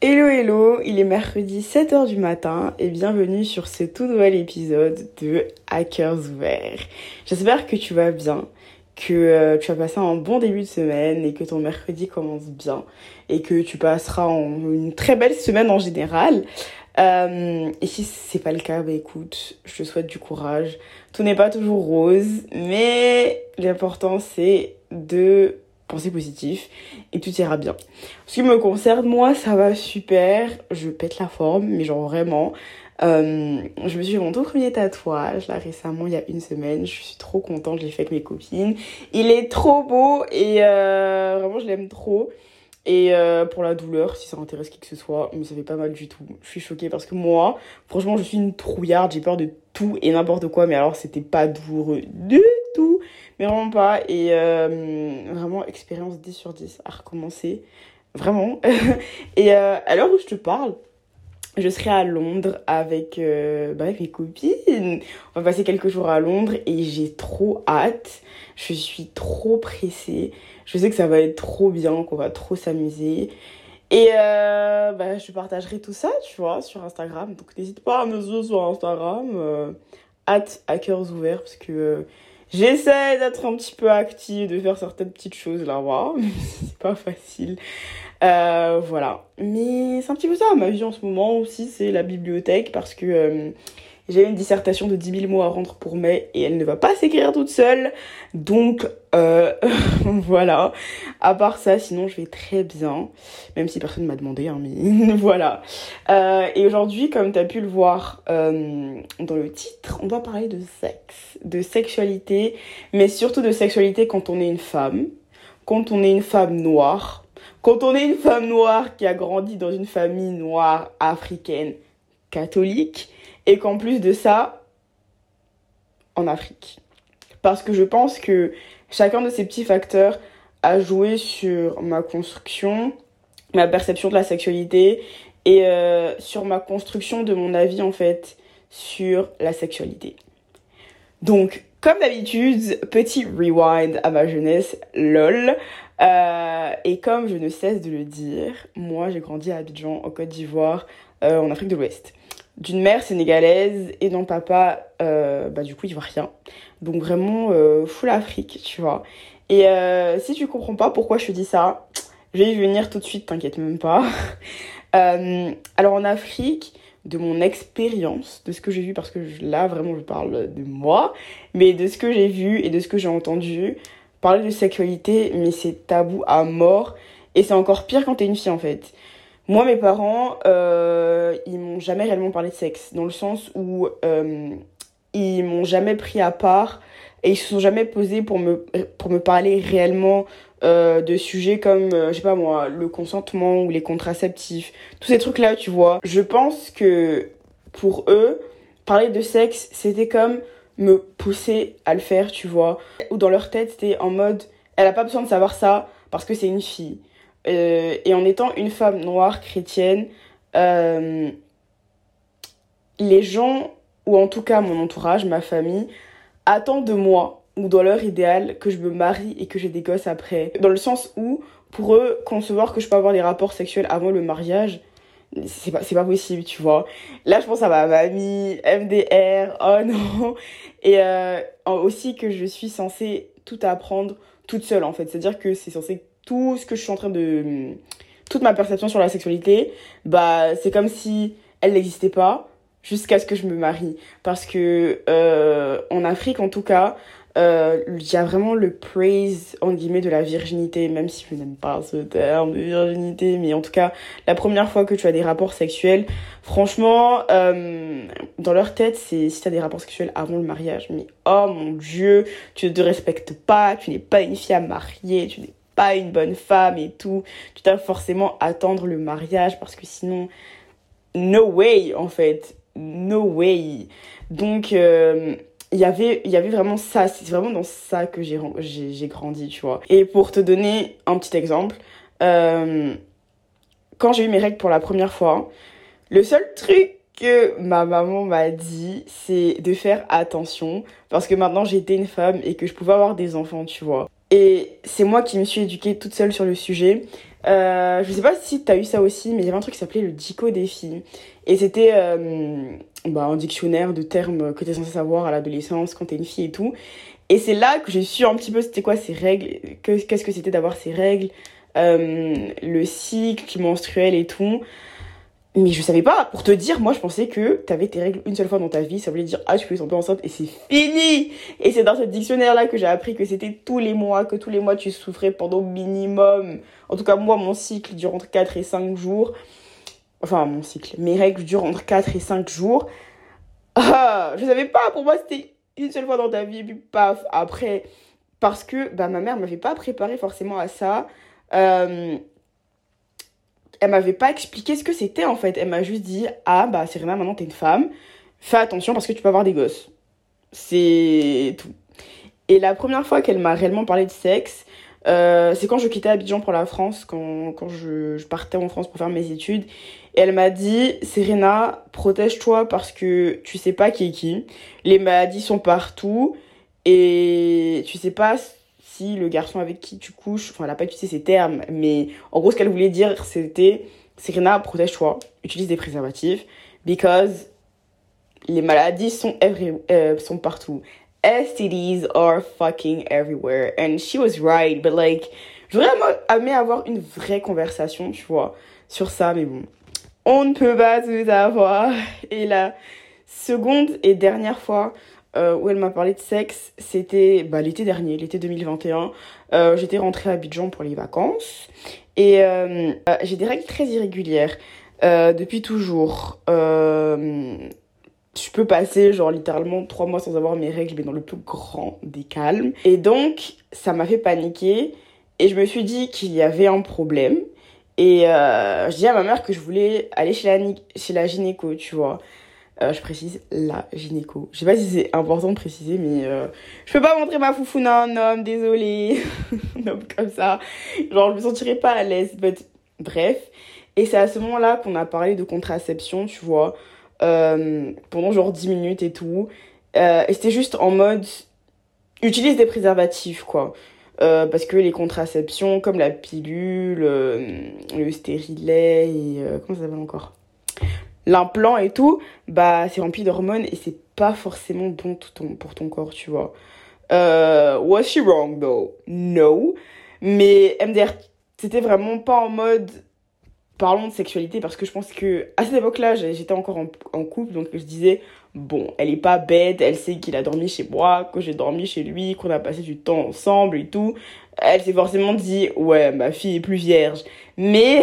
Hello hello, il est mercredi 7h du matin et bienvenue sur ce tout nouvel épisode de Hackers ouverts. J'espère que tu vas bien, que tu as passé un bon début de semaine et que ton mercredi commence bien et que tu passeras une très belle semaine en général. Et si c'est pas le cas, bah écoute, je te souhaite du courage. Tout n'est pas toujours rose, mais l'important c'est de penser positif et tout ira bien. Ce qui me concerne, moi, ça va super. Je pète la forme, mais genre vraiment. Je me suis fait mon tout premier tatouage là récemment, il y a une semaine. Je suis trop contente, je l'ai fait avec mes copines. Il est trop beau et vraiment je l'aime trop. Et pour la douleur, si ça intéresse qui que ce soit, mais ça fait pas mal du tout. Je suis choquée parce que moi, franchement, je suis une trouillarde, j'ai peur de tout et n'importe quoi, mais alors c'était pas douloureux du tout, mais vraiment pas. Et vraiment, expérience 10 sur 10 à recommencer, vraiment. Et à l'heure où je te parle, je serai à Londres avec mes copines. On va passer quelques jours à Londres et j'ai trop hâte. Je suis trop pressée. Je sais que ça va être trop bien, qu'on va trop s'amuser. Et je partagerai tout ça, tu vois, sur Instagram. Donc n'hésite pas à me suivre sur Instagram. @hackersouverts parce que j'essaie d'être un petit peu active, de faire certaines petites choses là-bas. C'est pas facile. Voilà. Mais c'est un petit peu ça, ma vie en ce moment aussi, c'est la bibliothèque parce que j'ai une dissertation de 10 000 mots à rendre pour mai et elle ne va pas s'écrire toute seule. Donc, voilà. À part ça, sinon, je vais très bien. Même si personne ne m'a demandé, hein, mais voilà. Et aujourd'hui, comme tu as pu le voir dans le titre, on va parler de sexe, de sexualité, mais surtout de sexualité quand on est une femme, quand on est une femme noire, quand on est une femme noire qui a grandi dans une famille noire africaine catholique, et qu'en plus de ça, en Afrique. Parce que je pense que chacun de ces petits facteurs a joué sur ma construction, ma perception de la sexualité et sur ma construction de mon avis en fait sur la sexualité. Donc, comme d'habitude, petit rewind à ma jeunesse, lol. Et comme je ne cesse de le dire, moi j'ai grandi à Abidjan, en Côte d'Ivoire, en Afrique de l'Ouest. D'une mère sénégalaise et d'un papa, du coup, ivoirien. Donc vraiment, full Afrique, tu vois. Et si tu comprends pas pourquoi je te dis ça, je vais y venir tout de suite, t'inquiète même pas. Alors en Afrique, de mon expérience, de ce que j'ai vu, parce que là, vraiment, je parle de moi, mais de ce que j'ai vu et de ce que j'ai entendu, parler de sexualité, mais c'est tabou à mort. Et c'est encore pire quand t'es une fille, en fait. Moi, mes parents, ils m'ont jamais réellement parlé de sexe, dans le sens où ils m'ont jamais pris à part et ils se sont jamais posés pour me parler réellement de sujets comme, je sais pas moi, le consentement ou les contraceptifs, tous ces trucs-là, tu vois. Je pense que pour eux, parler de sexe, c'était comme me pousser à le faire, tu vois. Ou dans leur tête, c'était en mode, elle a pas besoin de savoir ça parce que c'est une fille. Et en étant une femme noire chrétienne, les gens, ou en tout cas mon entourage, ma famille, attendent de moi, ou dans leur idéal, que je me marie et que j'ai des gosses après. Dans le sens où, pour eux, concevoir que je peux avoir des rapports sexuels avant le mariage, c'est pas possible, tu vois. Là, je pense à ma mamie, MDR, oh non. Et aussi que je suis censée tout apprendre toute seule, en fait. C'est-à-dire que c'est censé tout ce que je suis en train de... Toute ma perception sur la sexualité, c'est comme si elle n'existait pas jusqu'à ce que je me marie. Parce que en Afrique, en tout cas, il y a vraiment le praise, en guillemets, de la virginité, même si je n'aime pas ce terme de virginité, mais en tout cas, la première fois que tu as des rapports sexuels, franchement, dans leur tête, c'est si tu as des rapports sexuels avant le mariage, mais oh mon Dieu, tu ne te respectes pas, tu n'es pas une fille à marier, tu n'es pas une bonne femme et tout, tu dois forcément attendre le mariage parce que sinon, no way en fait, no way. Donc, il y avait vraiment ça, c'est vraiment dans ça que j'ai grandi, tu vois. Et pour te donner un petit exemple, quand j'ai eu mes règles pour la première fois, le seul truc que ma maman m'a dit, c'est de faire attention parce que maintenant j'étais une femme et que je pouvais avoir des enfants, tu vois. Et c'est moi qui me suis éduquée toute seule sur le sujet. Je sais pas si t'as eu ça aussi, mais il y avait un truc qui s'appelait le Dico des filles. Et c'était un dictionnaire de termes que t'es censé savoir à l'adolescence quand t'es une fille et tout. Et c'est là que j'ai su un petit peu c'était quoi ces règles, qu'est-ce que c'était d'avoir ces règles, le cycle menstruel et tout. Mais je savais pas, pour te dire, moi je pensais que t'avais tes règles une seule fois dans ta vie, ça voulait dire ah tu peux tomber enceinte et c'est fini. Et c'est dans ce dictionnaire là que j'ai appris que c'était tous les mois, que tous les mois tu souffrais pendant minimum, en tout cas moi mon cycle dure entre 4 et 5 jours, enfin mon cycle, mes règles durent entre 4 et 5 jours. Ah, je savais pas, pour moi c'était une seule fois dans ta vie et puis paf, après, parce que ma mère m'avait pas préparé forcément à ça. Elle m'avait pas expliqué ce que c'était en fait. Elle m'a juste dit ah bah Serena, maintenant t'es une femme, fais attention parce que tu peux avoir des gosses. C'est tout. Et la première fois qu'elle m'a réellement parlé de sexe, c'est quand je quittais Abidjan pour la France, quand je partais en France pour faire mes études. Et elle m'a dit Serena, protège-toi parce que tu sais pas qui est qui. Les maladies sont partout et tu sais pas si le garçon avec qui tu couches, enfin elle a pas utilisé ces termes, mais en gros ce qu'elle voulait dire c'était Serena, protège-toi, utilise des préservatifs, because les maladies sont partout. STDs are fucking everywhere. And she was right, but like, j'aurais aimé avoir une vraie conversation, tu vois, sur ça, mais bon. On ne peut pas tout avoir. Et la seconde et dernière fois où elle m'a parlé de sexe, c'était l'été dernier, l'été 2021. J'étais rentrée à Abidjan pour les vacances. Et j'ai des règles très irrégulières depuis toujours. Je peux passer genre littéralement 3 mois sans avoir mes règles, mais dans le plus grand des calmes. Et donc, ça m'a fait paniquer. Et je me suis dit qu'il y avait un problème. Et je dis à ma mère que je voulais aller chez la gynéco, tu vois. Je précise, la gynéco. Je sais pas si c'est important de préciser, mais je peux pas montrer ma foufoune à un homme, désolée. Un homme comme ça. Genre, je me sentirais pas à l'aise. Bref. Et c'est à ce moment-là qu'on a parlé de contraception, tu vois. Pendant genre 10 minutes et tout. Et c'était juste en mode, utilise des préservatifs, quoi. Parce que les contraceptions, comme la pilule, le stérilet et... comment ça s'appelle encore ? L'implant et tout, c'est rempli d'hormones et c'est pas forcément bon pour ton corps, tu vois. Was she wrong, though? No. Mais MDR, c'était vraiment pas en mode... Parlons de sexualité parce que je pense que à cette époque-là, j'étais encore en couple, donc je disais, bon, elle est pas bête, elle sait qu'il a dormi chez moi, que j'ai dormi chez lui, qu'on a passé du temps ensemble et tout. Elle s'est forcément dit, ouais, ma fille est plus vierge. Mais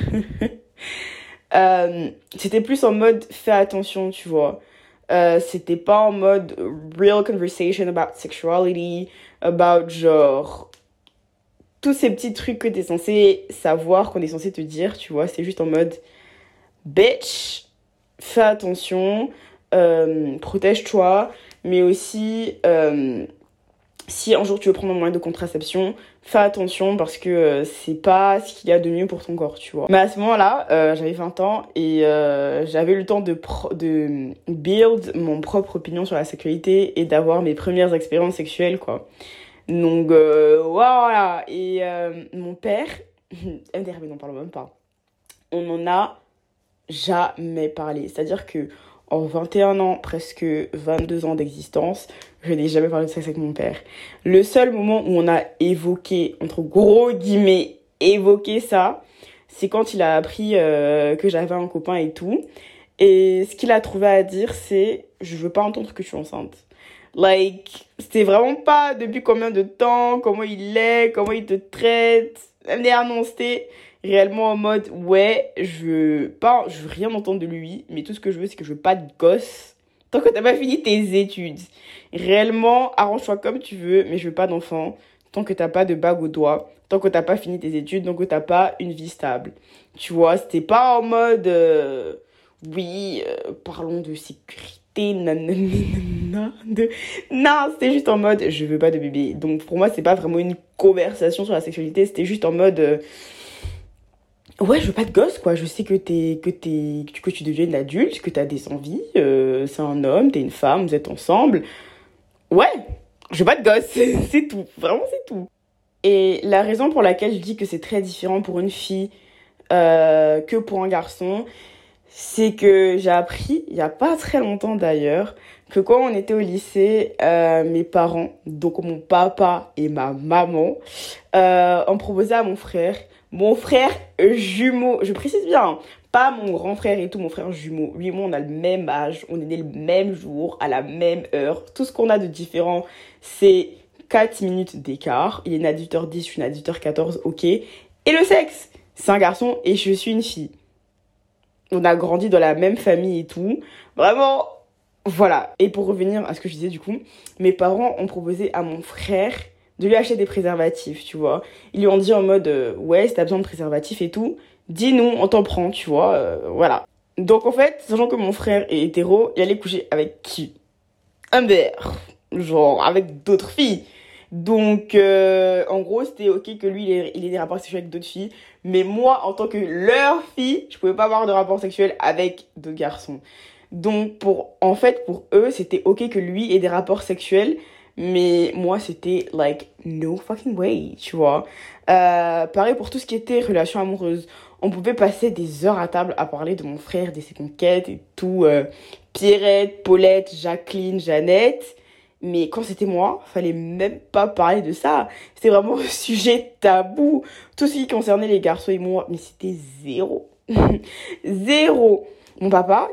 c'était plus en mode, fais attention, tu vois. C'était pas en mode real conversation about sexuality, about genre... tous ces petits trucs que t'es censé savoir, qu'on est censé te dire, tu vois, c'est juste en mode bitch, fais attention, protège-toi, mais aussi si un jour tu veux prendre un moyen de contraception, fais attention parce que c'est pas ce qu'il y a de mieux pour ton corps, tu vois. Mais à ce moment-là, j'avais 20 ans et j'avais le temps de build mon propre opinion sur la sexualité et d'avoir mes premières expériences sexuelles, quoi. Donc voilà. Et mon père, MDR, mais n'en parle même pas. On n'en a jamais parlé. C'est-à-dire que en 21 ans, presque 22 ans d'existence, je n'ai jamais parlé de sexe avec mon père. Le seul moment où on a évoqué, entre gros guillemets, évoqué ça, c'est quand il a appris que j'avais un copain et tout. Et ce qu'il a trouvé à dire, c'est « Je veux pas entendre que tu es enceinte ». Like, c'était vraiment pas depuis combien de temps, comment il est, comment il te traite. Non, c'était réellement en mode, ouais, je veux rien entendre de lui, mais tout ce que je veux, c'est que je veux pas de gosse tant que t'as pas fini tes études. Réellement, arrange-toi comme tu veux, mais je veux pas d'enfant tant que t'as pas de bague au doigt, tant que t'as pas fini tes études, tant que t'as pas une vie stable. Tu vois, c'était pas en mode, oui, parlons de sécurité. Non, c'était juste en mode je veux pas de bébé. Donc pour moi c'est pas vraiment une conversation sur la sexualité, c'était juste en mode ouais, je veux pas de gosse, quoi. Je sais que tu deviens adulte, que t'as des envies, c'est un homme, t'es une femme, vous êtes ensemble. Ouais, je veux pas de gosse. C'est tout, vraiment c'est tout. Et la raison pour laquelle je dis que c'est très différent pour une fille que pour un garçon, c'est que j'ai appris, il y a pas très longtemps d'ailleurs, que quand on était au lycée, mes parents, donc mon papa et ma maman, ont proposé à mon frère jumeau, je précise bien, hein, pas mon grand frère et tout, mon frère jumeau. Lui et moi, on a le même âge, on est nés le même jour, à la même heure. Tout ce qu'on a de différent, c'est 4 minutes d'écart. Il est né à 18h10, je suis née à 18h14, ok. Et le sexe, c'est un garçon et je suis une fille. On a grandi dans la même famille et tout. Vraiment, voilà. Et pour revenir à ce que je disais du coup, mes parents ont proposé à mon frère de lui acheter des préservatifs, tu vois. Ils lui ont dit en mode, ouais, si t'as besoin de préservatifs et tout, dis-nous, on t'en prend, tu vois, voilà. Donc en fait, sachant que mon frère est hétéro, il allait coucher avec qui? Un bear. Genre, avec d'autres filles. Donc, en gros, c'était ok que lui, il ait des rapports sexuels avec d'autres filles. Mais moi, en tant que leur fille, je pouvais pas avoir de rapports sexuels avec d'autres garçons. Donc, en fait, pour eux, c'était ok que lui ait des rapports sexuels. Mais moi, c'était like, no fucking way, tu vois. Pareil pour tout ce qui était relations amoureuses. On pouvait passer des heures à table à parler de mon frère, de ses conquêtes et tout. Pierrette, Paulette, Jacqueline, Jeannette. Mais quand c'était moi, fallait même pas parler de ça. C'était vraiment un sujet tabou. Tout ce qui concernait les garçons et moi, mais c'était zéro. Zéro. Mon papa,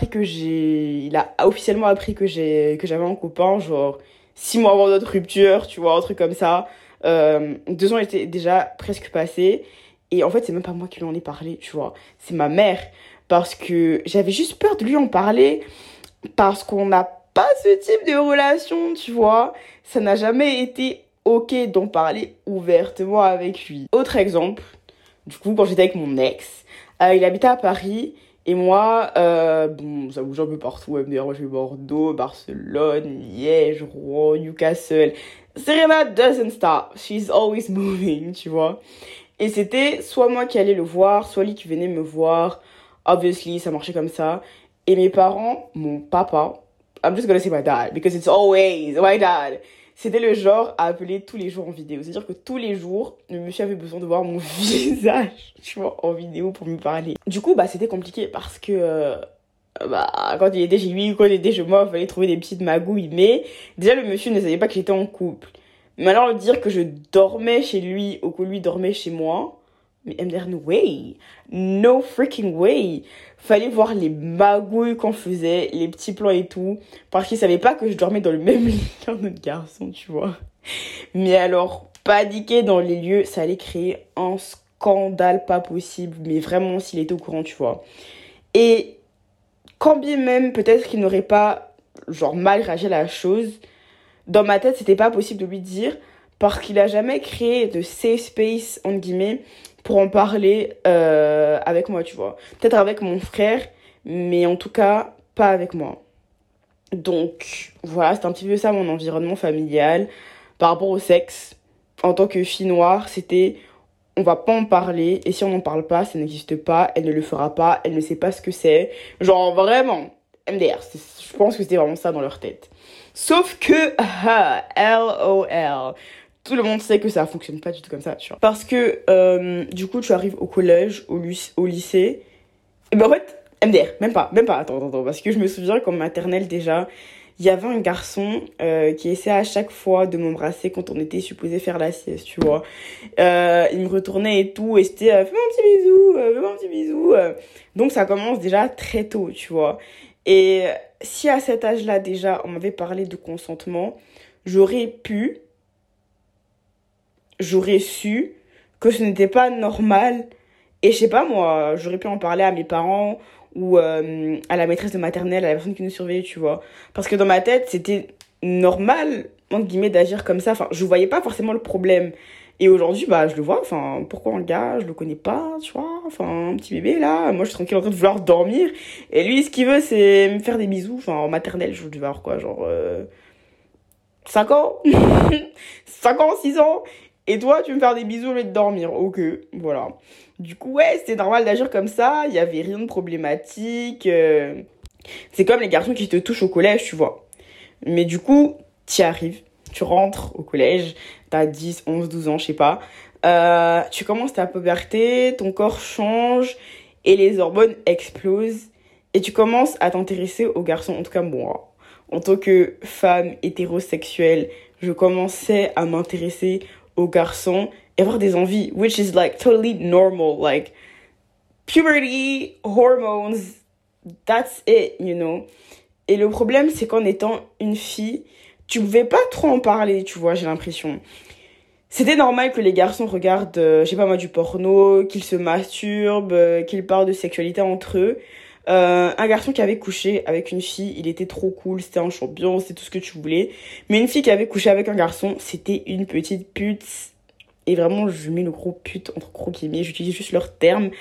il a officiellement appris que j'avais un copain, genre 6 mois avant notre rupture, tu vois, un truc comme ça. 2 ans étaient déjà presque passés. Et en fait, c'est même pas moi qui lui en ai parlé, tu vois. C'est ma mère. Parce que j'avais juste peur de lui en parler. Parce qu'on n'a pas ce type de relation, tu vois. Ça n'a jamais été ok d'en parler ouvertement avec lui. Autre exemple, du coup, quand j'étais avec mon ex, il habitait à Paris. Et moi, bon, ça bouge un peu partout. D'ailleurs, moi, je vais Bordeaux, Barcelone, Liège, Rouen, Newcastle. Serena doesn't stop. She's always moving, tu vois. Et c'était soit moi qui allais le voir, soit lui qui venait me voir. Obviously, ça marchait comme ça. Et mes parents, mon papa, I'm just gonna say my dad, because it's always my dad. C'était le genre à appeler tous les jours en vidéo. C'est-à-dire que tous les jours, le monsieur avait besoin de voir mon visage, tu vois, en vidéo pour me parler. Du coup, bah, c'était compliqué parce que, quand il était chez lui, quand il était chez moi, il fallait trouver des petites magouilles. Mais déjà, le monsieur ne savait pas que j'étais en couple. Mais alors, dire que je dormais chez lui ou que lui dormait chez moi, mais MDR, no way. No freaking way. Fallait voir les magouilles qu'on faisait, les petits plans et tout. Parce qu'il savait pas que je dormais dans le même lit qu'un autre garçon, tu vois. Mais alors, paniquer dans les lieux, ça allait créer un scandale pas possible. Mais vraiment, s'il était au courant, tu vois. Et quand bien même, peut-être qu'il n'aurait pas, genre, mal réagi à la chose, dans ma tête, c'était pas possible de lui dire parce qu'il a jamais créé de safe space, entre guillemets, pour en parler avec moi, tu vois. Peut-être avec mon frère, mais en tout cas, pas avec moi. Donc, voilà, c'est un petit peu ça mon environnement familial. Par rapport au sexe, en tant que fille noire, c'était on va pas en parler, et si on n'en parle pas, ça n'existe pas, elle ne le fera pas, elle ne sait pas ce que c'est. Genre, vraiment, MDR, je pense que c'était vraiment ça dans leur tête. Sauf que, LOL, tout le monde sait que ça fonctionne pas du tout comme ça, tu vois. Parce que, du coup, tu arrives au collège, au lycée, et ben en fait, MDR, même pas, attends, parce que je me souviens qu'en maternelle déjà, il y avait un garçon qui essayait à chaque fois de m'embrasser quand on était supposé faire la sieste, tu vois. Il me retournait et tout, et c'était fais-moi un petit bisou, fais-moi un petit bisou. Donc ça commence déjà très tôt, tu vois. Et si à cet âge-là déjà on m'avait parlé de consentement, j'aurais su que ce n'était pas normal. Et je sais pas moi, j'aurais pu en parler à mes parents ou à la maîtresse de maternelle, à la personne qui nous surveillait, tu vois. Parce que dans ma tête, c'était normal, entre guillemets, d'agir comme ça. Enfin, je voyais pas forcément le problème. Et aujourd'hui, bah, je le vois. Enfin, pourquoi un gars, je le connais pas, tu vois. Enfin, un petit bébé, là. Moi, je suis tranquille en train de vouloir dormir. Et lui, ce qu'il veut, c'est me faire des bisous. Enfin, en maternelle, je devais avoir quoi, genre 5 ans 5 ans, 6 ans. Et toi, tu veux me faire des bisous au lieu de dormir. Ok, voilà. Du coup, ouais, c'était normal d'agir comme ça. Il y avait rien de problématique. C'est comme les garçons qui te touchent au collège, tu vois. Mais du coup, t'y arrives. Tu rentres au collège. t'as 10, 11, 12 ans, je sais pas. Tu commences ta puberté, ton corps change et les hormones explosent. Et tu commences à t'intéresser aux garçons, en tout cas moi. En tant que femme hétérosexuelle, je commençais à m'intéresser aux garçons et avoir des envies, which is like totally normal. Like, puberty, hormones, that's it, you know. Et le problème, c'est qu'en étant une fille, tu pouvais pas trop en parler, tu vois, j'ai l'impression. C'était normal que les garçons regardent, je sais pas moi, du porno, qu'ils se masturbent, qu'ils parlent de sexualité entre eux. Un garçon qui avait couché avec une fille, il était trop cool, c'était un champion, c'était tout ce que tu voulais. Mais une fille qui avait couché avec un garçon, c'était une petite pute. Et vraiment, je mets le gros pute entre gros guillemets, j'utilise juste leurs termes,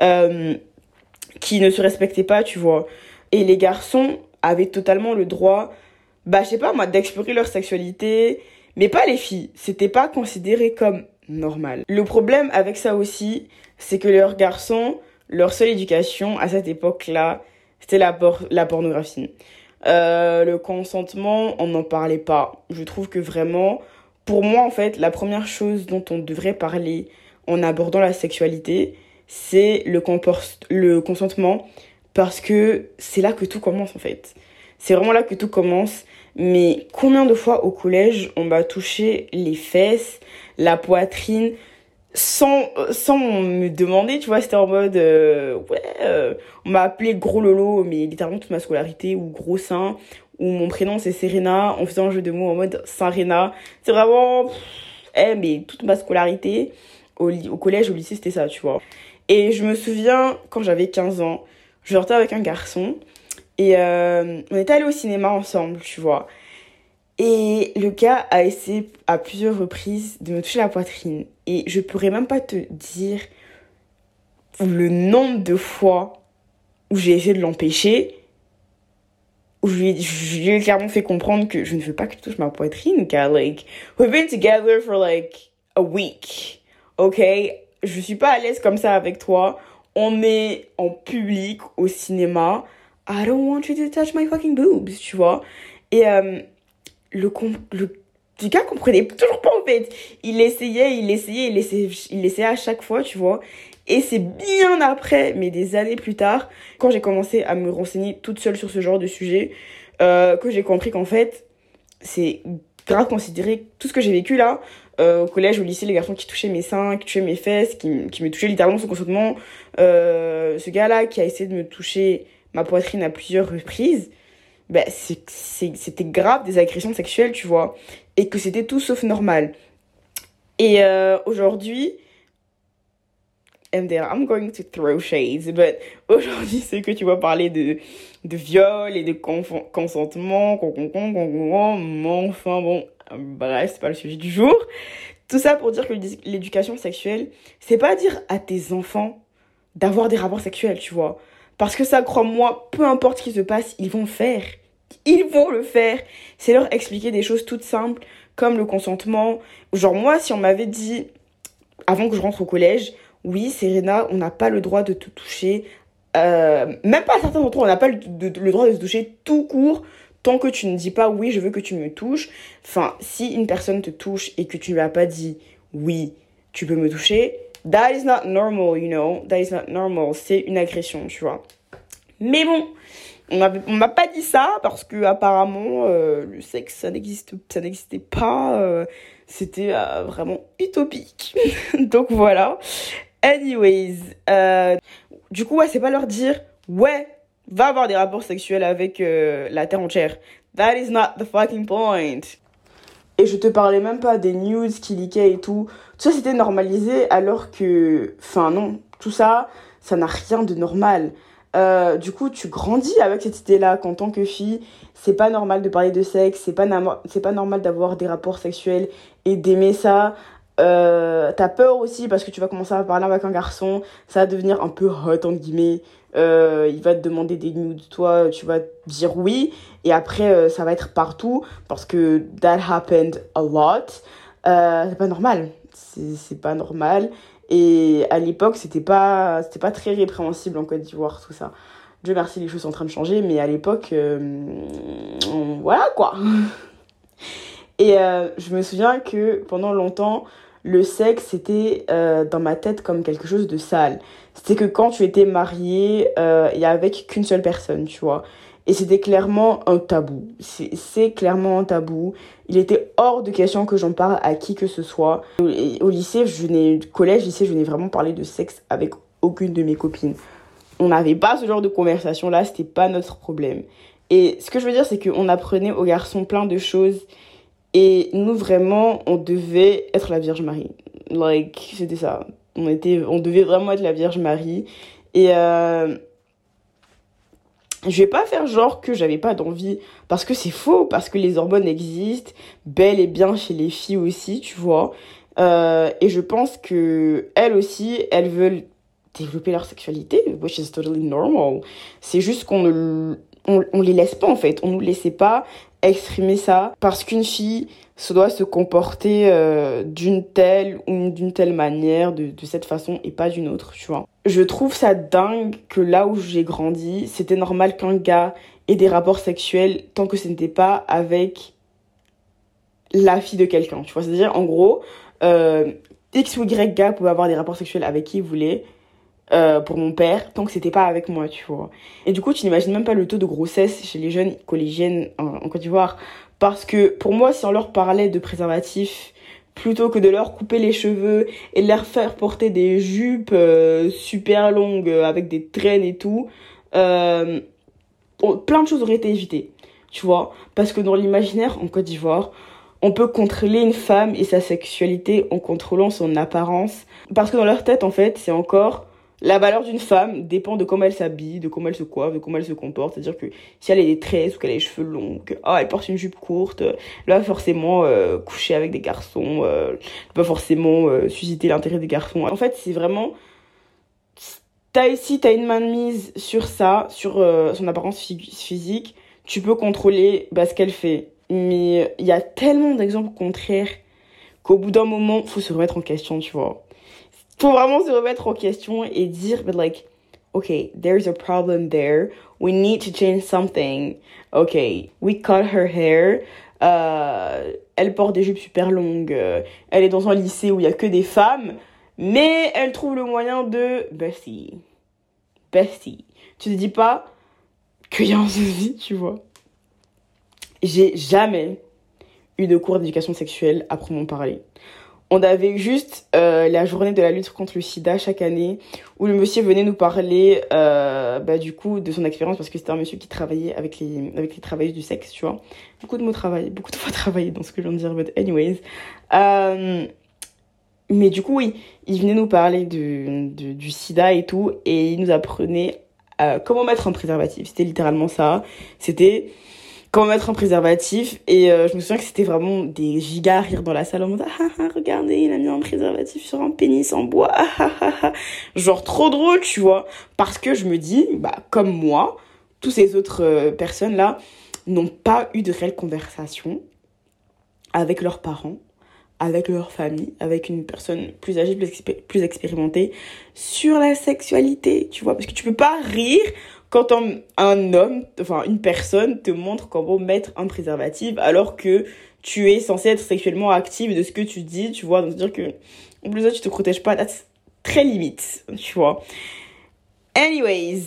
qui ne se respectaient pas, tu vois. Et les garçons avaient totalement le droit, je sais pas moi, d'explorer leur sexualité, mais pas les filles. C'était pas considéré comme normal. Le problème avec ça aussi, c'est que leurs garçons, leur seule éducation à cette époque-là, c'était la pornographie. Le consentement, on n'en parlait pas. Je trouve que vraiment, pour moi en fait, la première chose dont on devrait parler en abordant la sexualité, c'est le consentement, parce que c'est là que tout commence en fait. C'est vraiment là que tout commence. Mais combien de fois au collège on m'a touché les fesses, la poitrine, sans me demander, tu vois, c'était en mode on m'a appelé gros lolo, mais littéralement toute ma scolarité, ou gros sein, ou mon prénom c'est Serena, en faisant un jeu de mots en mode Saint-Rena. C'est vraiment mais toute ma scolarité au collège, au lycée, c'était ça, tu vois. Et je me souviens quand j'avais 15 ans, je sortais avec un garçon et on était allés au cinéma ensemble, tu vois. Et le gars a essayé à plusieurs reprises de me toucher la poitrine. Et je pourrais même pas te dire le nombre de fois où j'ai essayé de l'empêcher, où je lui ai clairement fait comprendre que je ne veux pas que tu touches ma poitrine, car, like, we've been together for, like, a week, ok? Je suis pas à l'aise comme ça avec toi. On est en public, au cinéma. I don't want you to touch my fucking boobs, tu vois? Et, le gars comprenait toujours pas en fait. Il essayait à chaque fois, tu vois. Et c'est bien après, mais des années plus tard, quand j'ai commencé à me renseigner toute seule sur ce genre de sujet, que j'ai compris qu'en fait, c'est grave considéré tout ce que j'ai vécu là, au collège, au lycée, les garçons qui touchaient mes seins, qui touchaient mes fesses, qui me touchaient littéralement sans consentement. Ce gars-là qui a essayé de me toucher ma poitrine à plusieurs reprises, c'était grave des agressions sexuelles, tu vois, et que c'était tout sauf normal. Et aujourd'hui, and then I'm going to throw shades, but aujourd'hui, c'est que tu vas parler de viol et de consentement, enfin bon, bref, c'est pas le sujet du jour. Tout ça pour dire que l'éducation sexuelle, c'est pas dire à tes enfants d'avoir des rapports sexuels, tu vois. Parce que ça, crois-moi, peu importe ce qui se passe, ils vont le faire. Ils vont le faire. C'est leur expliquer des choses toutes simples, comme le consentement. Genre moi, si on m'avait dit, avant que je rentre au collège, oui, Serena, on n'a pas le droit de te toucher. Même pas certains d'entre eux, on n'a pas le droit de te toucher tout court, tant que tu ne dis pas, oui, je veux que tu me touches. Enfin, si une personne te touche et que tu ne lui as pas dit, oui, tu peux me toucher, that is not normal, you know. That is not normal. C'est une agression, tu vois. Mais bon, on m'a pas dit ça parce que apparemment le sexe ça n'existait pas, c'était vraiment utopique. Donc voilà. Anyways, du coup ouais, c'est pas leur dire ouais, va avoir des rapports sexuels avec la terre entière. That is not the fucking point. Et je te parlais même pas des news qui leakaient et tout. Tout ça c'était normalisé alors que, enfin non, tout ça, ça n'a rien de normal. Du coup, tu grandis avec cette idée-là qu'en tant que fille, c'est pas normal de parler de sexe, c'est pas normal d'avoir des rapports sexuels et d'aimer ça. T'as peur aussi parce que tu vas commencer à parler avec un garçon, ça va devenir un peu hot entre guillemets. Il va te demander des nudes, toi tu vas dire oui et après ça va être partout parce que that happened a lot. C'est pas normal, c'est pas normal. Et à l'époque, c'était pas très répréhensible en Côte d'Ivoire, tout ça. Dieu merci, les choses sont en train de changer, mais à l'époque, voilà quoi. Et je me souviens que pendant longtemps, le sexe, c'était dans ma tête comme quelque chose de sale. C'était que quand tu étais marié, et avec qu'une seule personne, tu vois. Et c'était clairement un tabou. C'est clairement un tabou. Il était hors de question que j'en parle à qui que ce soit. Et au lycée, collège, lycée, je n'ai vraiment parlé de sexe avec aucune de mes copines. On n'avait pas ce genre de conversation-là, c'était pas notre problème. Et ce que je veux dire, c'est qu'on apprenait aux garçons plein de choses. Et nous, vraiment, on devait être la Vierge Marie. Like, c'était ça. On devait vraiment être la Vierge Marie. Et je vais pas faire genre que j'avais pas d'envie, parce que c'est faux, parce que les hormones existent, bel et bien chez les filles aussi, tu vois. Et je pense que elles aussi, elles veulent développer leur sexualité, which is totally normal. C'est juste on les laisse pas, en fait. On nous laissait pas exprimer ça, parce qu'une fille se doit se comporter d'une telle manière, de cette façon, et pas d'une autre, tu vois. Je trouve ça dingue que là où j'ai grandi, c'était normal qu'un gars ait des rapports sexuels tant que ce n'était pas avec la fille de quelqu'un, tu vois. C'est-à-dire, en gros, X ou Y gars pouvait avoir des rapports sexuels avec qui il voulait, pour mon père, tant que c'était pas avec moi, tu vois. Et du coup, tu n'imagines même pas le taux de grossesse chez les jeunes collégiennes en Côte d'Ivoire. Parce que, pour moi, si on leur parlait de préservatifs, plutôt que de leur couper les cheveux et de leur faire porter des jupes super longues avec des traînes et tout, plein de choses auraient été évitées, tu vois. Parce que dans l'imaginaire en Côte d'Ivoire, on peut contrôler une femme et sa sexualité en contrôlant son apparence. Parce que dans leur tête, en fait, c'est encore... La valeur d'une femme dépend de comment elle s'habille, de comment elle se coiffe, de comment elle se comporte. C'est-à-dire que si elle a des tresses ou qu'elle a les cheveux longs, elle porte une jupe courte, elle va forcément coucher avec des garçons, elle va forcément susciter l'intérêt des garçons. En fait, c'est vraiment... Si t'as une main de mise sur ça, sur son apparence physique, tu peux contrôler ce qu'elle fait. Mais il y a tellement d'exemples contraires qu'au bout d'un moment, faut se remettre en question, tu vois. Faut vraiment se remettre en question et dire, but like, okay, there's a problem there. We need to change something. Okay, we cut her hair. Elle porte des jupes super longues. Elle est dans un lycée où il y a que des femmes. Mais elle trouve le moyen de... Bestie. Tu te dis pas qu'il y a un souci, tu vois. J'ai jamais eu de cours d'éducation sexuelle à proprement parler. On avait juste la journée de la lutte contre le sida chaque année, où le monsieur venait nous parler du coup de son expérience, parce que c'était un monsieur qui travaillait avec les travailleuses du sexe, tu vois. Beaucoup de fois travailler dans ce que je viens de dire, but anyways. Mais du coup, oui, il venait nous parler du sida et tout, et il nous apprenait comment mettre un préservatif. C'était littéralement ça. C'était... comment mettre un préservatif, et je me souviens que c'était vraiment des gigas à rire dans la salle en mode regardez, il a mis un préservatif sur un pénis en bois, genre trop drôle, tu vois, parce que je me dis, comme moi, toutes ces autres personnes là n'ont pas eu de réelle conversation avec leurs parents, avec leur famille, avec une personne plus âgée, plus expérimentée sur la sexualité, tu vois, parce que tu peux pas rire quand un homme, enfin une personne te montre comment mettre un préservatif alors que tu es censé être sexuellement active de ce que tu dis, tu vois. Donc, c'est-à-dire que, en plus de ça, tu te protèges pas, that's très limite, tu vois. Anyways,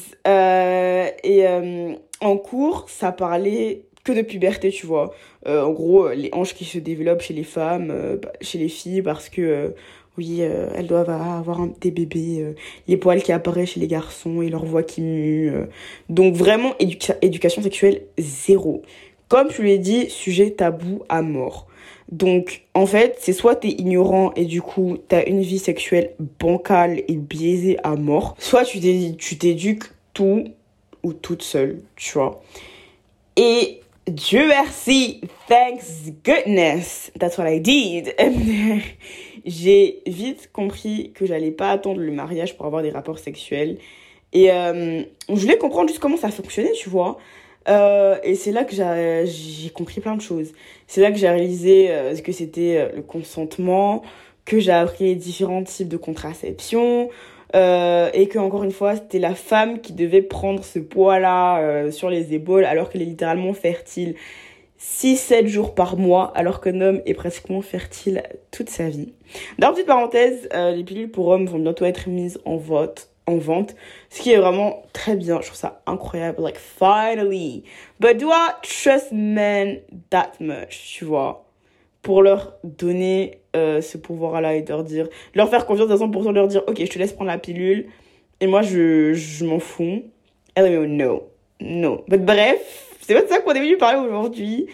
en cours, ça parlait que de puberté, tu vois. En gros, les hanches qui se développent chez les femmes, chez les filles, parce que... oui, elles doivent avoir des bébés, les poils qui apparaissent chez les garçons et leur voix qui mue. Donc vraiment, éducation sexuelle, zéro. Comme je l'ai dit, sujet tabou à mort. Donc, en fait, c'est soit t'es ignorant et du coup, t'as une vie sexuelle bancale et biaisée à mort, soit tu t'éduques tout ou toute seule, tu vois. Et... Dieu merci, thanks goodness, that's what I did. J'ai vite compris que j'allais pas attendre le mariage pour avoir des rapports sexuels. Et je voulais comprendre juste comment ça fonctionnait, tu vois. Et c'est là que j'ai compris plein de choses. C'est là que j'ai réalisé ce que c'était le consentement, que j'ai appris les différents types de contraception, et que encore une fois c'était la femme qui devait prendre ce poids-là sur les épaules alors qu'elle est littéralement fertile. 6-7 jours par mois, alors qu'un homme est pratiquement fertile toute sa vie. Dans petite parenthèse, les pilules pour hommes vont bientôt être mises en vente, ce qui est vraiment très bien. Je trouve ça incroyable, like finally. But do I trust men that much, tu vois, pour leur donner ce pouvoir-là et leur faire confiance à 100%, leur dire, ok, je te laisse prendre la pilule, et moi, je m'en fous. No. But bref, c'est pas de ça qu'on est venu parler aujourd'hui.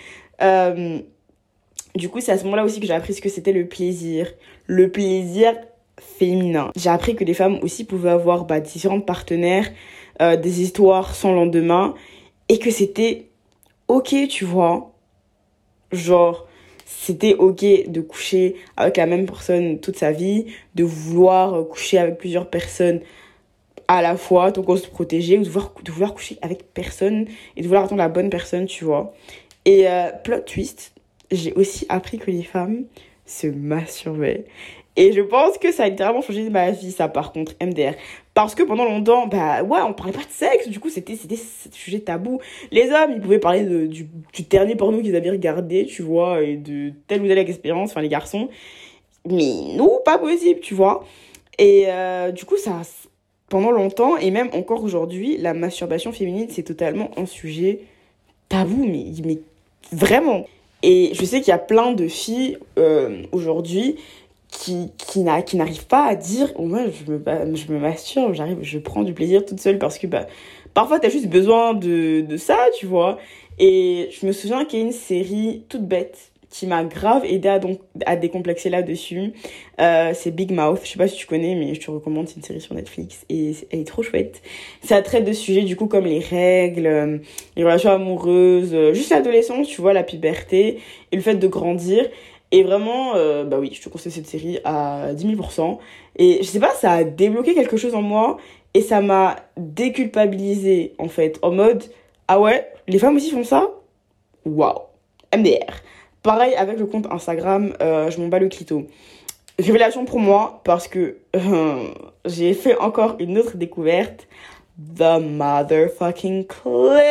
Du coup, c'est à ce moment-là aussi que j'ai appris ce que c'était le plaisir. Le plaisir féminin. J'ai appris que les femmes aussi pouvaient avoir différents partenaires, des histoires sans lendemain, et que c'était ok, tu vois. Genre, c'était ok de coucher avec la même personne toute sa vie, de vouloir coucher avec plusieurs personnes à la fois, tant qu'on se protégeait, ou de vouloir coucher avec personne et de vouloir attendre la bonne personne, tu vois. Et plot twist, j'ai aussi appris que les femmes se masturbaient. Et je pense que ça a littéralement changé ma vie, ça, par contre, MDR. Parce que pendant longtemps, on parlait pas de sexe, du coup, c'était un sujet tabou. Les hommes, ils pouvaient parler du dernier porno qu'ils avaient regardé, tu vois, et de telle ou telle expérience, enfin, les garçons. Mais nous, pas possible, tu vois. Et du coup, ça, pendant longtemps, et même encore aujourd'hui, la masturbation féminine, c'est totalement un sujet tabou, mais vraiment. Et je sais qu'il y a plein de filles aujourd'hui qui n'arrivent pas à dire moi je me masturbe, je prends du plaisir toute seule, parce que parfois t'as juste besoin de ça, tu vois. Et je me souviens qu'il y a une série toute bête qui m'a grave aidée à décomplexer là-dessus. C'est Big Mouth, je sais pas si tu connais, mais je te recommande, c'est une série sur Netflix et elle est trop chouette. Ça traite de sujets du coup comme les règles, les relations amoureuses, juste l'adolescence, tu vois, la puberté et le fait de grandir. Et vraiment, oui, je te conseille cette série à 10 000%. Et je sais pas, ça a débloqué quelque chose en moi et ça m'a déculpabilisée, en fait, en mode, ah ouais, les femmes aussi font ça? Waouh, MDR. Pareil avec le compte Instagram, je m'en bats le clito. Révélation pour moi, parce que j'ai fait encore une autre découverte. The motherfucking clitoris.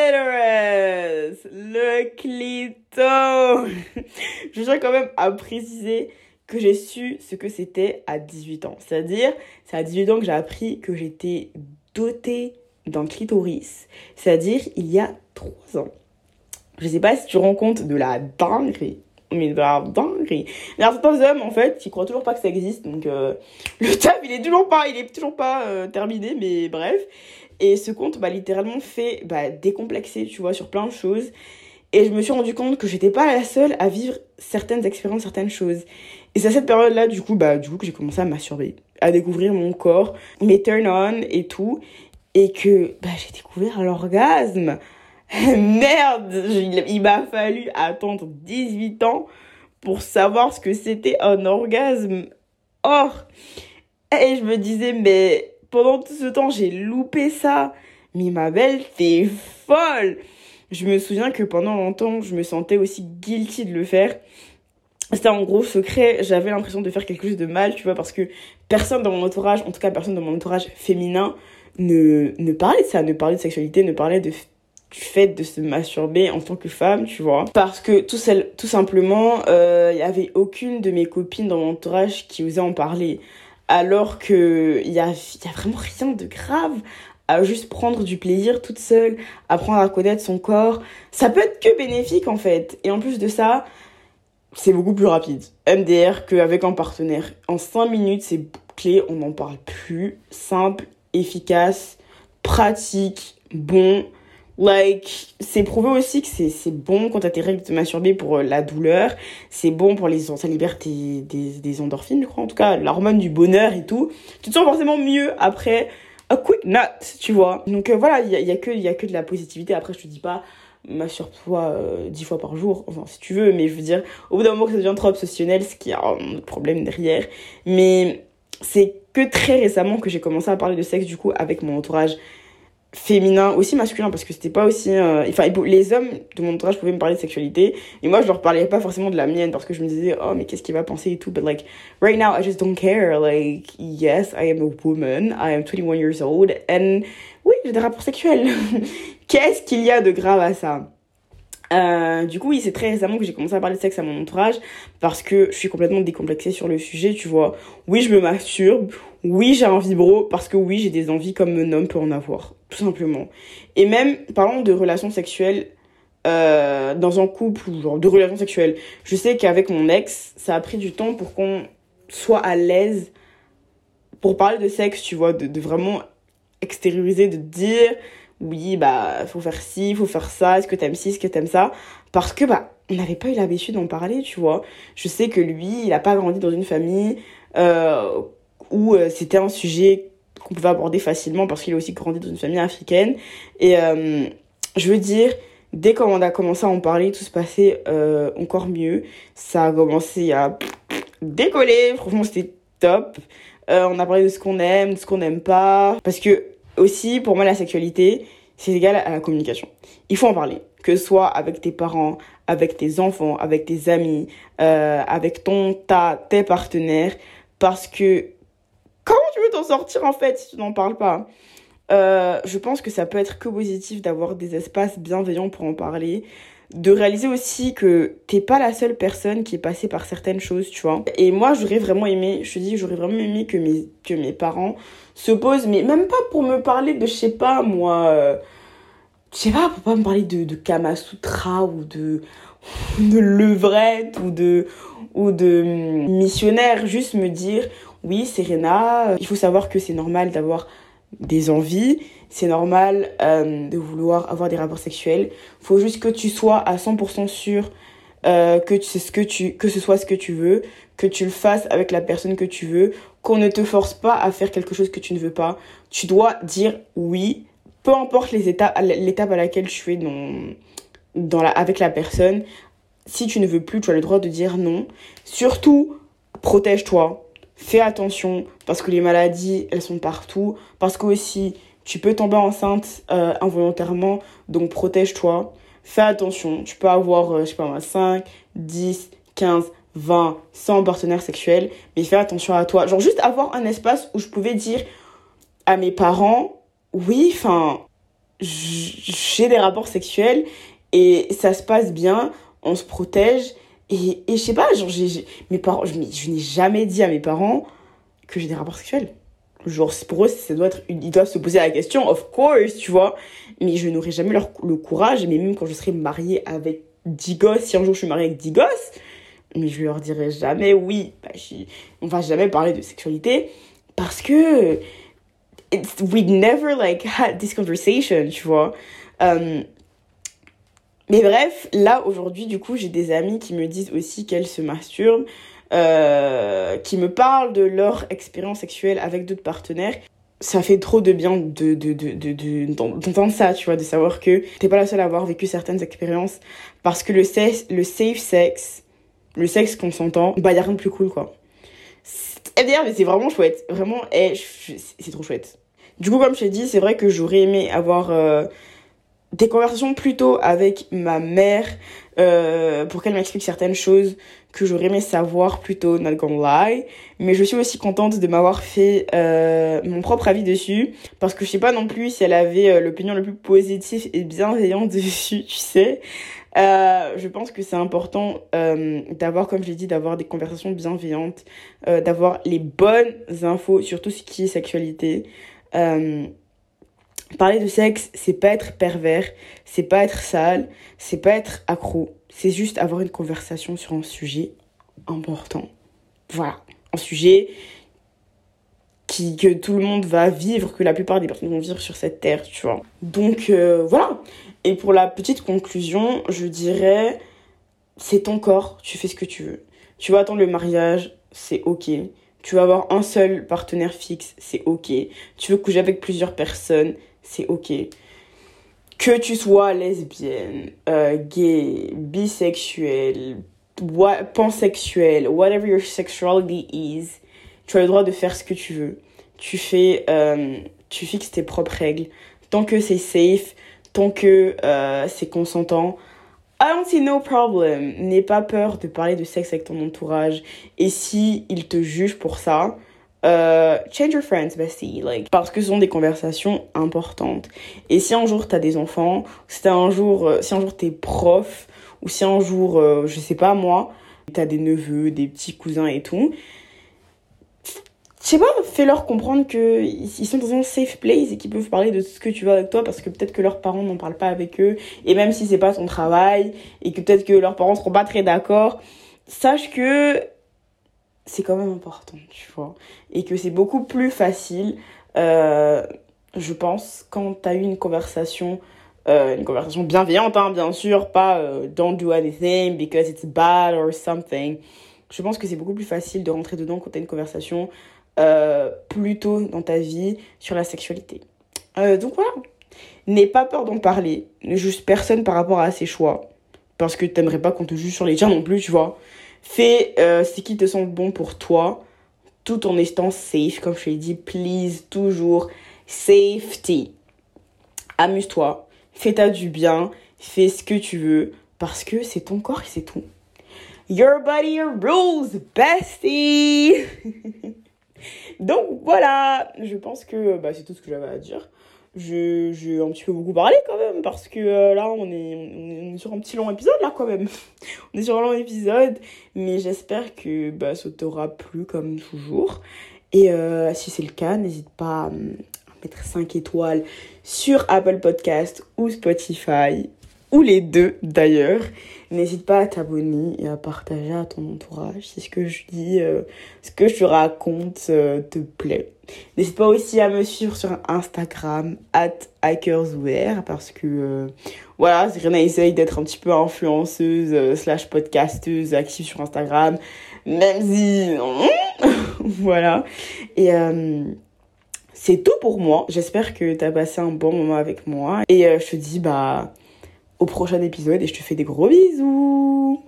Le clito. Je tiens quand même à préciser que j'ai su ce que c'était à 18 ans. C'est-à-dire, c'est à 18 ans que j'ai appris que j'étais dotée d'un clitoris. C'est-à-dire, il y a 3 ans. Je sais pas si tu rends compte de la dinguerie. Mais de la dinguerie. Il y a certains hommes, en fait, qui croient toujours pas que ça existe. Donc, le taf, il est toujours pas terminé, mais bref. Et ce compte m'a littéralement fait décomplexer, tu vois, sur plein de choses. Et je me suis rendu compte que j'étais pas la seule à vivre certaines expériences, certaines choses. Et c'est à cette période-là, du coup, que j'ai commencé à me masturber, à découvrir mon corps, mes turn-on et tout. Et que j'ai découvert l'orgasme. Merde, il m'a fallu attendre 18 ans pour savoir ce que c'était un orgasme. Et je me disais, mais pendant tout ce temps, j'ai loupé ça. Mais ma belle, t'es folle. Je me souviens que pendant longtemps, je me sentais aussi guilty de le faire. C'était un gros secret. J'avais l'impression de faire quelque chose de mal, tu vois, parce que personne dans mon entourage, en tout cas personne dans mon entourage féminin, ne parlait de ça, ne parlait de sexualité, ne parlait du fait de se masturber en tant que femme, tu vois. Parce que tout simplement, il y avait aucune de mes copines dans mon entourage qui osait en parler. Alors que il y a vraiment rien de grave à juste prendre du plaisir toute seule, apprendre à connaître son corps. Ça peut être que bénéfique, en fait. Et en plus de ça, c'est beaucoup plus rapide. MDR qu'avec un partenaire. En 5 minutes, c'est bouclé, on n'en parle plus. Simple, efficace, pratique, bon. C'est prouvé aussi que c'est bon quand t'as tes règles de te masturber pour la douleur. C'est bon pour ça libère des endorphines, je crois. En tout cas, l'hormone du bonheur et tout. Tu te sens forcément mieux après a quick nut, tu vois. Donc voilà, il y a que de la positivité. Après, je te dis pas, masturbe-toi 10 fois par jour. Enfin, si tu veux, mais je veux dire, au bout d'un moment que ça devient trop obsessionnel, ce qui a un problème derrière. Mais c'est que très récemment que j'ai commencé à parler de sexe, du coup, avec mon entourage féminin, aussi masculin, parce que c'était pas aussi les hommes de mon entourage pouvaient me parler de sexualité et moi je leur parlais pas forcément de la mienne parce que je me disais mais qu'est-ce qu'il va penser et tout, but right now I just don't care, yes, I am a woman, I am 21 years old and oui, j'ai des rapports sexuels. Qu'est-ce qu'il y a de grave à ça? Du coup, oui, c'est très récemment que j'ai commencé à parler de sexe à mon entourage parce que je suis complètement décomplexée sur le sujet, tu vois. Oui, je me masturbe. Oui, j'ai un vibro parce que oui, j'ai des envies comme un homme peut en avoir, tout simplement. Et même, parlons de relations sexuelles dans un couple ou genre de relations sexuelles. Je sais qu'avec mon ex, ça a pris du temps pour qu'on soit à l'aise pour parler de sexe, tu vois, de vraiment extérioriser, de dire oui, bah, faut faire ci, faut faire ça, est-ce que t'aimes ci, est-ce que t'aimes ça, parce que, bah, on n'avait pas eu l'habitude d'en parler, tu vois. Je sais que lui, il a pas grandi dans une famille euh, où c'était un sujet qu'on pouvait aborder facilement parce qu'il a aussi grandi dans une famille africaine. Et je veux dire, dès qu'on a commencé à en parler, tout se passait encore mieux. Ça a commencé à décoller, franchement, c'était top. On a parlé de ce qu'on aime, de ce qu'on n'aime pas. Parce que, aussi, pour moi, la sexualité, c'est égal à la communication. Il faut en parler. Que ce soit avec tes parents, avec tes enfants, avec tes amis, avec tes partenaires. Parce que, comment tu veux t'en sortir, en fait, si tu n'en parles pas? Je pense que ça peut être que positif d'avoir des espaces bienveillants pour en parler. De réaliser aussi que t'es pas la seule personne qui est passée par certaines choses, tu vois. Et moi, j'aurais vraiment aimé, je te dis, j'aurais vraiment aimé que mes parents se posent, mais même pas pour me parler de, je sais pas, moi, je sais pas, pour pas me parler de Kama Sutra ou de levrette ou de missionnaire, juste me dire, oui, Serena, il faut savoir que c'est normal d'avoir des envies, c'est normal de vouloir avoir des rapports sexuels. Faut juste que tu sois à 100% sûr que que ce soit ce que tu veux, que tu le fasses avec la personne que tu veux, qu'on ne te force pas à faire quelque chose que tu ne veux pas. Tu dois dire oui, peu importe l'étape à laquelle tu es avec la personne. Si tu ne veux plus, tu as le droit de dire non. Surtout, protège-toi. Fais attention parce que les maladies, elles sont partout. Parce que aussi, tu peux tomber enceinte involontairement. Donc, protège-toi. Fais attention. Tu peux avoir, je sais pas moi, 5, 10, 15, 20, 100 partenaires sexuels. Mais fais attention à toi. Genre, juste avoir un espace où je pouvais dire à mes parents, oui, enfin, j'ai des rapports sexuels et ça se passe bien. On se protège. Et je sais pas, genre, mes parents, je n'ai jamais dit à mes parents que j'ai des rapports sexuels. Genre, pour eux, ça doit être ils doivent se poser la question, of course, tu vois. Mais je n'aurai jamais le courage, mais même quand je serai mariée avec 10 gosses, si un jour je suis mariée avec 10 gosses, mais je leur dirai jamais, oui, bah, on va jamais parler de sexualité parce que we never, like, had this conversation, tu vois. Mais bref, là, aujourd'hui, du coup, j'ai des amies qui me disent aussi qu'elles se masturbent, qui me parlent de leur expérience sexuelle avec d'autres partenaires. Ça fait trop de bien d'entendre ça, tu vois, de savoir que t'es pas la seule à avoir vécu certaines expériences. Parce que le safe sex, le sexe consentant, bah, y a rien de plus cool, quoi. D'ailleurs, mais c'est vraiment chouette. Vraiment, c'est trop chouette. Du coup, comme je t'ai dit, c'est vrai que j'aurais aimé avoir des conversations plutôt avec ma mère pour qu'elle m'explique certaines choses que j'aurais aimé savoir plutôt, not gonna lie. Mais je suis aussi contente de m'avoir fait mon propre avis dessus parce que je sais pas non plus si elle avait l'opinion le plus positive et bienveillante dessus, tu sais. Je pense que c'est important d'avoir, comme je l'ai dit, d'avoir des conversations bienveillantes, d'avoir les bonnes infos sur tout ce qui est sexualité. Parler de sexe, c'est pas être pervers, c'est pas être sale, c'est pas être accro. C'est juste avoir une conversation sur un sujet important. Voilà, un sujet que tout le monde va vivre, que la plupart des personnes vont vivre sur cette terre, tu vois. Donc voilà. Et pour la petite conclusion, je dirais, c'est ton corps, tu fais ce que tu veux. Tu vas attendre le mariage, c'est ok. Tu vas avoir un seul partenaire fixe, c'est ok. Tu veux coucher avec plusieurs personnes, c'est ok. Que tu sois lesbienne, gay, bisexuel, pansexuel, whatever your sexuality is, tu as le droit de faire ce que tu veux. Tu fixes tes propres règles. Tant que c'est safe, tant que c'est consentant, I don't see no problem. N'aie pas peur de parler de sexe avec ton entourage. Et si ils te jugent pour ça, change your friends, bestie, like, parce que ce sont des conversations importantes. Et si un jour t'as des enfants, si un jour t'es prof, ou si un jour, je sais pas moi, t'as des neveux, des petits cousins et tout, je sais pas, fais-leur comprendre que ils sont dans un safe place et qu'ils peuvent parler de ce que tu veux avec toi, parce que peut-être que leurs parents n'en parlent pas avec eux, et même si c'est pas ton travail, et que peut-être que leurs parents seront pas très d'accord, sache que c'est quand même important, tu vois. Et que c'est beaucoup plus facile, je pense, quand t'as eu une conversation bienveillante, hein, bien sûr, pas don't do anything because it's bad or something. Je pense que c'est beaucoup plus facile de rentrer dedans quand t'as une conversation plus tôt dans ta vie sur la sexualité. Donc voilà, n'aie pas peur d'en parler, ne juge personne par rapport à ses choix, parce que t'aimerais pas qu'on te juge sur les tiens non plus, tu vois. Fais ce qui te semble bon pour toi, tout en étant safe, comme je te l'ai dit, please, toujours, safety. Amuse-toi, fais-toi du bien, fais ce que tu veux, parce que c'est ton corps et c'est tout. Your body, your rules, bestie. Donc voilà, je pense que c'est tout ce que j'avais à dire. J'ai un petit peu beaucoup parlé quand même, parce que là on est sur un petit long épisode là quand même. On est sur un long épisode, mais j'espère que ça t'aura plu comme toujours. Et si c'est le cas, n'hésite pas à mettre 5 étoiles sur Apple Podcast ou Spotify, ou les deux d'ailleurs. N'hésite pas à t'abonner et à partager à ton entourage si ce que je dis, ce que je te raconte te plaît. N'hésite pas aussi à me suivre sur Instagram @hackerswear, parce que voilà, Serena essaye d'être un petit peu influenceuse / podcasteuse active sur Instagram, même si voilà. Et c'est tout pour moi. J'espère que t'as passé un bon moment avec moi, et je te dis au prochain épisode, et je te fais des gros bisous.